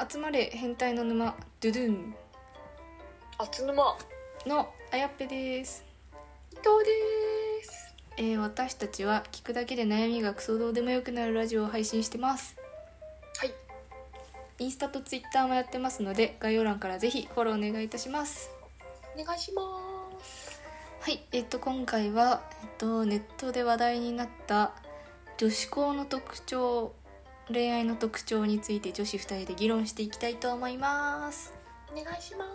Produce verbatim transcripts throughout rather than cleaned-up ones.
集まれ変態の沼ドゥドゥンあつぬまのあやっぺです。 伊藤です。 えー、私たちは聞くだけで悩みがクソどうでもよくなるラジオを配信してます。 はい、 インスタとツイッターもやってますので概要欄からぜひフォローお願いいたします。 お願いします。 はい、えっと今回は、えっと、ネットで話題になった女子校の特徴、恋愛の特徴について女子ふたりで議論していきたいと思います。 お願いします。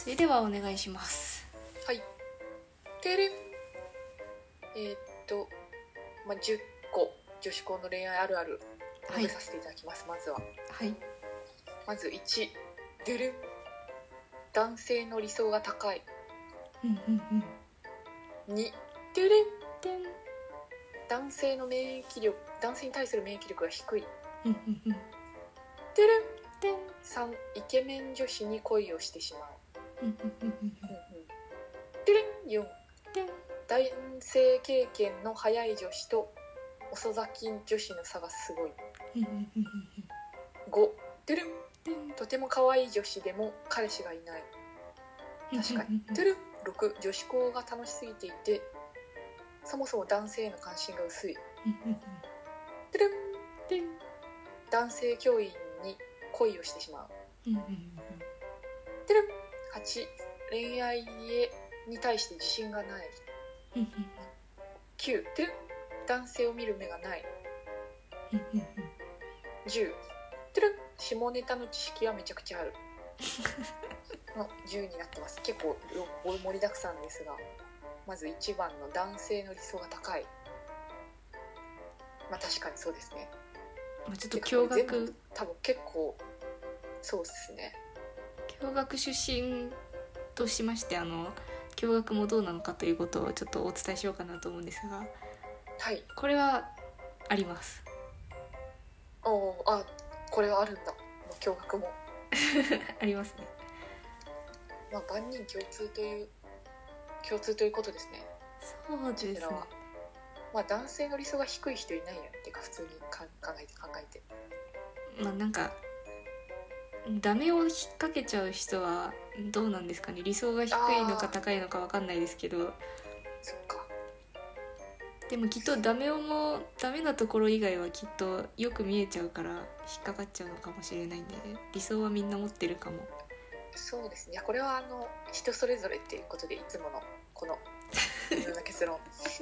それではお願いします。 はい、てれん。えー、っと、まあ、じゅっこ女子校の恋愛あるある述べさせていただきます。はい、まずは、 はい、 まずいち、でるん。男性の理想が高い。 うんうんうん。に、でれん。 でん。 男性の免疫力、男性に対する免疫力が低い。 うんうんうん。 でれん。 でん。 さん、イケメン女子に恋をしてしまう。 うんうんうんうん。 でれん。よん、 でん。 男性経験の早い女子と遅咲き女子の差がすごい。 うんうんうんうん。 ご、でるん。 でん。 とても可愛い女子でも彼氏がいない。確かに。でるん。ろく、女子校が楽しすぎていてそもそも男性への関心が薄い。でるん。 でん。 男性教員に恋をしてしまう。 うんうんうん。 でるん。はち、恋愛に対して自信がない。 うんうんきゅう、でるん。男性を見る目がない。 うんうんうん。 じゅう、でるん。下ネタの知識はめちゃくちゃあるのじゅうになってます。結構盛りだくさんですが、まずいちばんの男性の理想が高い。まあ確かにそうですね。 まあ、ちょっと驚愕、 多分結構そうですね。 驚愕出身としましてあの驚愕もどうなのかということをちょっとお伝えしようかなと思うんですが、 はい、 これはあります。 おー、あ、これはあるんだ。驚愕もありますね。 まあ万人共通という共通ということですね。 そうですね。 まあ男性の理想が低い人いないよねっていうか、普通に考えて考えてまあなんかダメを引っ掛けちゃう人はどうなんですかね。理想が低いのか高いのか分かんないですけど、 そっか。 でもきっとダメをもダメなところ以外はきっとよく見えちゃうから引っかかっちゃうのかもしれないんで、理想はみんな持ってるかも。 そうですね。いやこれはあの人それぞれっていうことでいつものこの自分の結論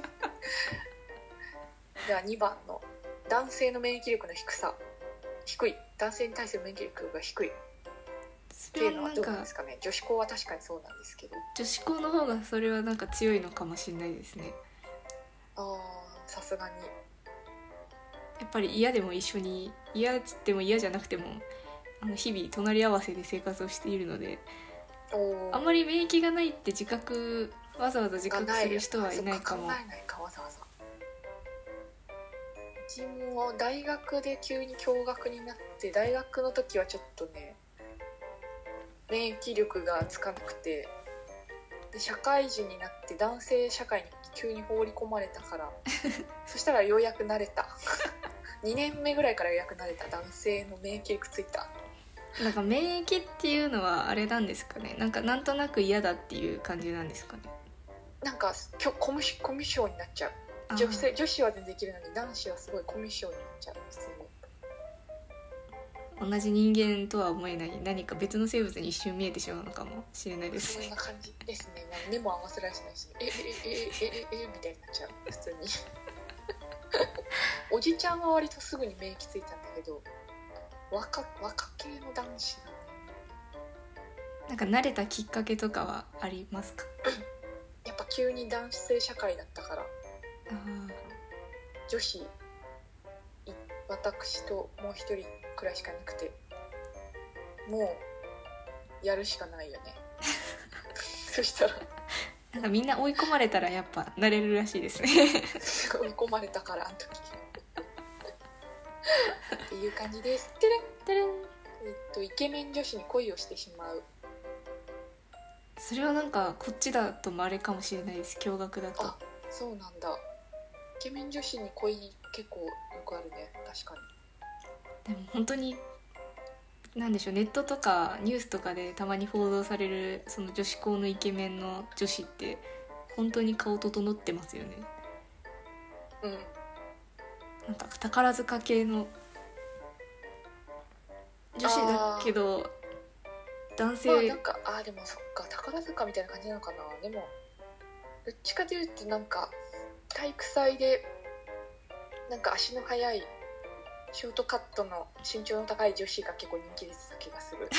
ではにばんの男性の免疫力の低さ。低い。男性に対する免疫力が低いっていうのはどうなんですかね。女子校は確かにそうなんですけど、 女子校の方がそれはなんか強いのかもしれないですね。 ああ、さすがにやっぱり嫌でも一緒に、嫌でも嫌じゃなくてもあの日々隣り合わせで生活をしているので、あんまり免疫がないって自覚わざわざ自覚する人はいないかも。 考えないかわざわざ。うちも大学で急に共学になって、大学の時はちょっとね免疫力がつかなくて、で社会人になって男性社会に急に放り込まれたからそしたらようやく慣れたにねんめぐらいからようやく慣れた。男性の免疫力ついた。 なんか免疫っていうのはあれなんですかね。なんかなんとなく嫌だっていう感じなんですかね。 なんかコミュ、コミュ障になっちゃう。女子、女子は全然できるのに男子はすごいコミュ障になっちゃう。普通に同じ人間とは思えない何か別の生物に一瞬見えてしまうのかもしれないですね。 そんな感じですね。まあ、目も合わせられないし、えええええええみたいになっちゃう普通におじちゃんは割とすぐに免疫ついたんだけど、若若系の男子がね、 なんか慣れたきっかけとかはありますか？ やっぱ急に男性社会だったから。 あ女子私ともう一人くらいしかいなくて、もうやるしかないよねそしたらなんかみんな追い込まれたらやっぱ慣れるらしいですね追い込まれたからあの時っていう感じです。てれんてれん。 えっとイケメン女子に恋をしてしまう。 それはなんかこっちだともあれかもしれないです。驚愕だと。 あ、そうなんだ。イケメン女子に恋結構よくあるね。確かに。 でも本当になんでしょう、ネットとかニュースとかでたまに報道されるその女子校のイケメンの女子って本当に顔整ってますよね。 うん。 なんか宝塚系の女子だけど男性、 まあなんかあでもそっか宝塚みたいな感じなのかな。でもどっちかというとなんか体育祭でなんか足の速いショートカットの身長の高い女子が結構人気でした気がする。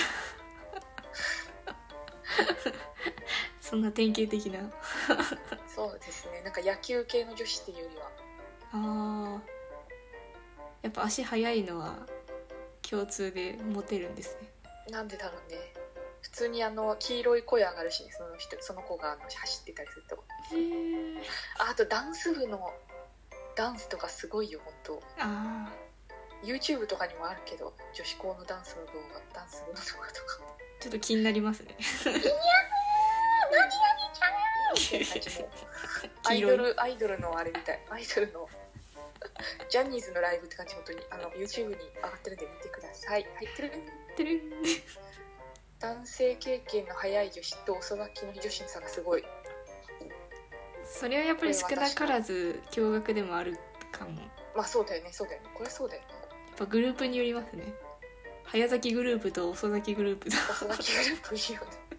そんな典型的なそうですね、なんか野球系の女子っていうよりは。 あー、やっぱ足速いのは共通でモテるんですね。 なんでだろうね。普通にあの黄色い声上がるし、ね、その人その子があの走ってたりすると。 へー。 あ, あとダンス部のダンスとかすごいよ本当。 あ YouTube とかにもあるけど、女子校のダンスの動画、ダンス部の動画とかー、ちょっと気になりますね。 いやー何々ちゃんみたいな感じのアイドルアイドルのあれみたい、アイドルのジャニーズのライブって感じ。本当にあの YouTube に上がってるんで見てください。入ってるてるん男性経験の早い女子と遅咲きの女子の差がすごい。 それはやっぱり少なからず驚愕でもあるかも。 まあそうだよね、そうだよね、これそうだよね。 やっぱグループによりますね。早咲きグループと遅咲きグループと遅咲きグループいいよね。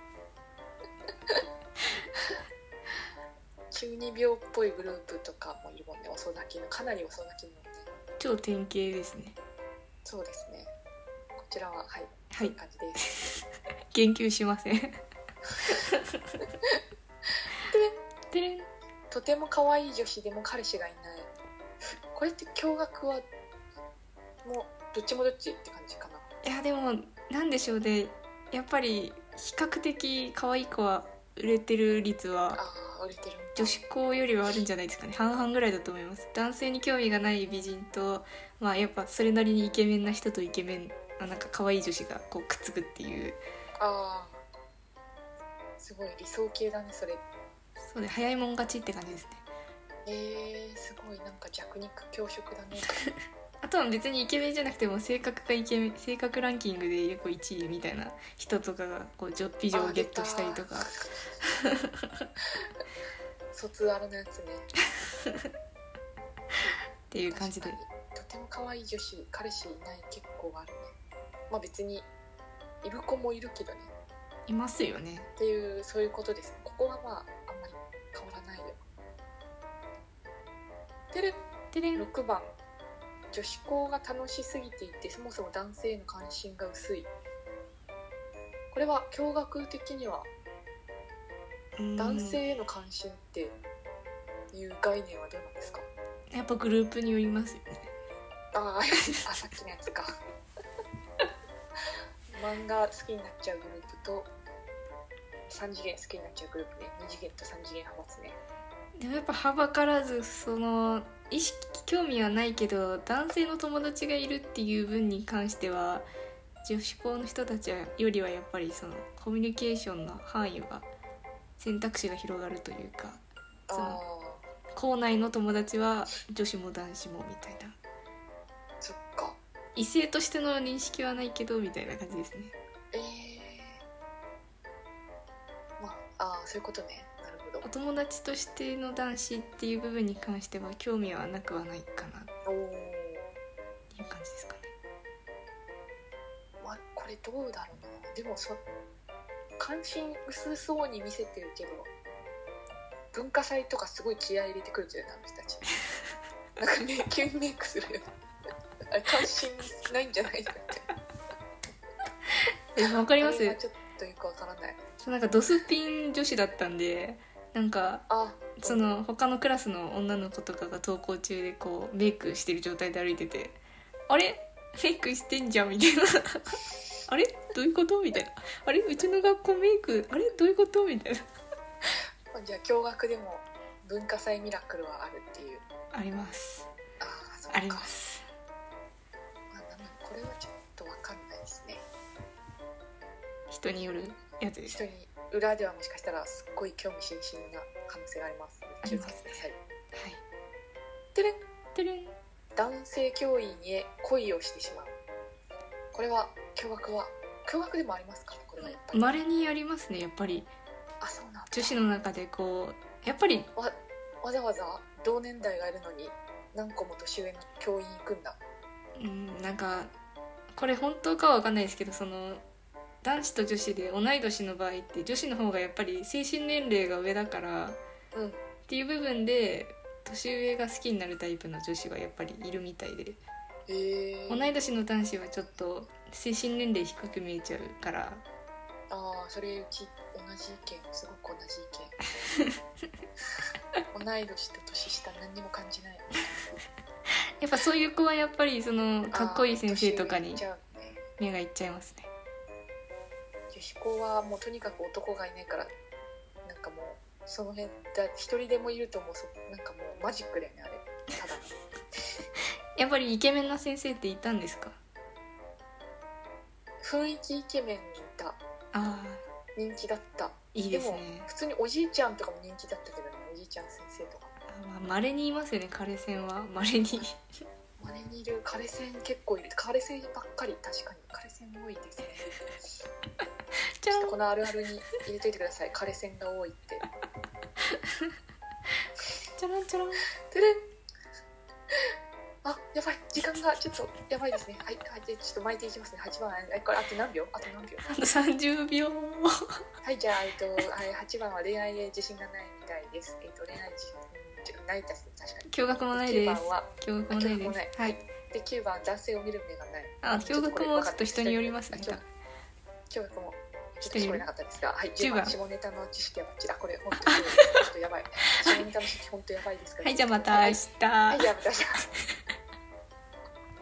中二病っぽいグループとかもいるもんね。遅咲きの、かなり遅咲きのね。 超典型ですね。 そうですね。こちらははい、 はい、 そういう感じです。 言及しません。てれん。 とても可愛い女子でも彼氏がいない。これって驚愕はもうどっちもどっちって感じかな。 いやでもなんでしょうね、やっぱり比較的可愛い子は売れてる率はあ売れてる女子校よりはあるんじゃないですかね。半々ぐらいだと思います。男性に興味がない美人と、まあ、やっぱそれなりにイケメンな人とイケメンあなんか可愛い女子がこうくっつくっていう。 あすごい理想系だねそれ。 そうね、早いもん勝ちって感じですね。 えー、すごいなんか弱肉強食だね。 あとは別にイケメンじゃなくても性格がイケメン、性格ランキングで結構いちいみたいな人とかがこう美女をゲットしたりとか。 卒アルのやつね。 っていう感じでとても可愛い女子彼氏いない結構あるね。まあ別にいる子もいるけどね。 いますよねっていうそういうことです。ここはまああんまり変わらないよ。てるてれん。 ろくばん、女子校が楽しすぎていてそもそも男性への関心が薄い。これは驚愕的には男性への関心っていう概念はどうなんですか？ やっぱグループによりますよね。 ああさっきのやつか。漫画好きになっちゃうグループとさん次元好きになっちゃうグループね。に次元とさん次元派閥ね。 でもやっぱはばからずその意識興味はないけど男性の友達がいるっていう分に関しては女子校の人たちよりはやっぱりそのコミュニケーションの範囲は選択肢が広がるというか、その校内の友達は女子も男子もみたいな。 そっか。 異性としての認識はないけどみたいな感じですね。 えー、まああそういうことね。なるほど。 お友達としての男子っていう部分に関しては興味はなくはないかなっていう感じですかね。 まあこれどうだろうな。でもそ関心薄そうに見せてるけど文化祭とかすごい気合い入れてくるじゃないあの人たち。なんかね急にメイクするよね。あれ関心ないんじゃないかって。 えわかります。 あれはちょっとよくわからない。 そうなんかドスピン女子だったんで、なんかあその他のクラスの女の子とかが登校中でこうメイクしてる状態で歩いてて、あれメイクしてんじゃんみたいな。あれどういうことみたいな。あれうちの学校メイクあれどういうことみたいな。 じゃあ驚愕でも文化祭ミラクルはあるっていう。 あります。 ああそうか。 あります。 まあ、これはちょっとわかんないですね。 人によるやつです。 人に裏ではもしかしたらすっごい興味津々な可能性があります。気をつけてください。はい。てれんてれん。 男性教員へ恋をしてしまう。 これは共学は共学でもありますか？これはやっぱり稀にありますねやっぱり。 あ、そうなんだ。 女子の中でこうやっぱりわ, わざわざ同年代がいるのに何個も年上の教員行くんだ。 うん、なんかこれ本当かは分かんないですけど、その男子と女子で同い年の場合って女子の方がやっぱり精神年齢が上だから、 うん、 っていう部分で年上が好きになるタイプの女子はやっぱりいるみたいで、 へー、 同い年の男子はちょっと精神年齢低く見えちゃうから。 ああ、それうち同じ意見、すごく同じ意見同い年と年下何にも感じないやっぱそういう子はやっぱりそのかっこいい先生とかに年上行っちゃうね。 目がいっちゃいますね。 女子校はもうとにかく男がいないから、なんかもうその辺だ一人でもいるともうそなんかもうマジックだよねあれ。ただのやっぱりイケメンな先生っていたんですか？ 雰囲気イケメンにいた。 ああ、 人気だった。 いいですね。 でも普通におじいちゃんとかも人気だったけどね、おじいちゃん先生とか。 まあ、稀にいますよね彼線は。稀に稀にいる。彼線結構いる。彼線ばっかり。確かに彼線多いですねちょっとこのあるあるに入れといてください。彼線が多いってちょろんちょろん。 てれん。あ、やばい、時間がちょっとやばいですね。はい、はい、じゃあちょっと巻いていきますね。はちばん、え、これあと何秒？あと何秒？ あとさんじゅうびょうはい、じゃあ、えっと、はい、はちばんは恋愛で自信がないみたいです。えっと、恋愛自信ないです。確かに。 驚愕もないです。 きゅうばんは驚愕もないです。はい。 で、きゅうばん男性を見る目がない。 あ、驚愕もちょっと人によりますね。 驚愕もちょっと聞こえなかったですが、はい、じゅうばん下ネタの知識はバッチリ。あ、これ本当にちょっとやばい。下ネタの知識本当やばいですから。 はい、じゃあまた明日。 はい、じゃあまた明日。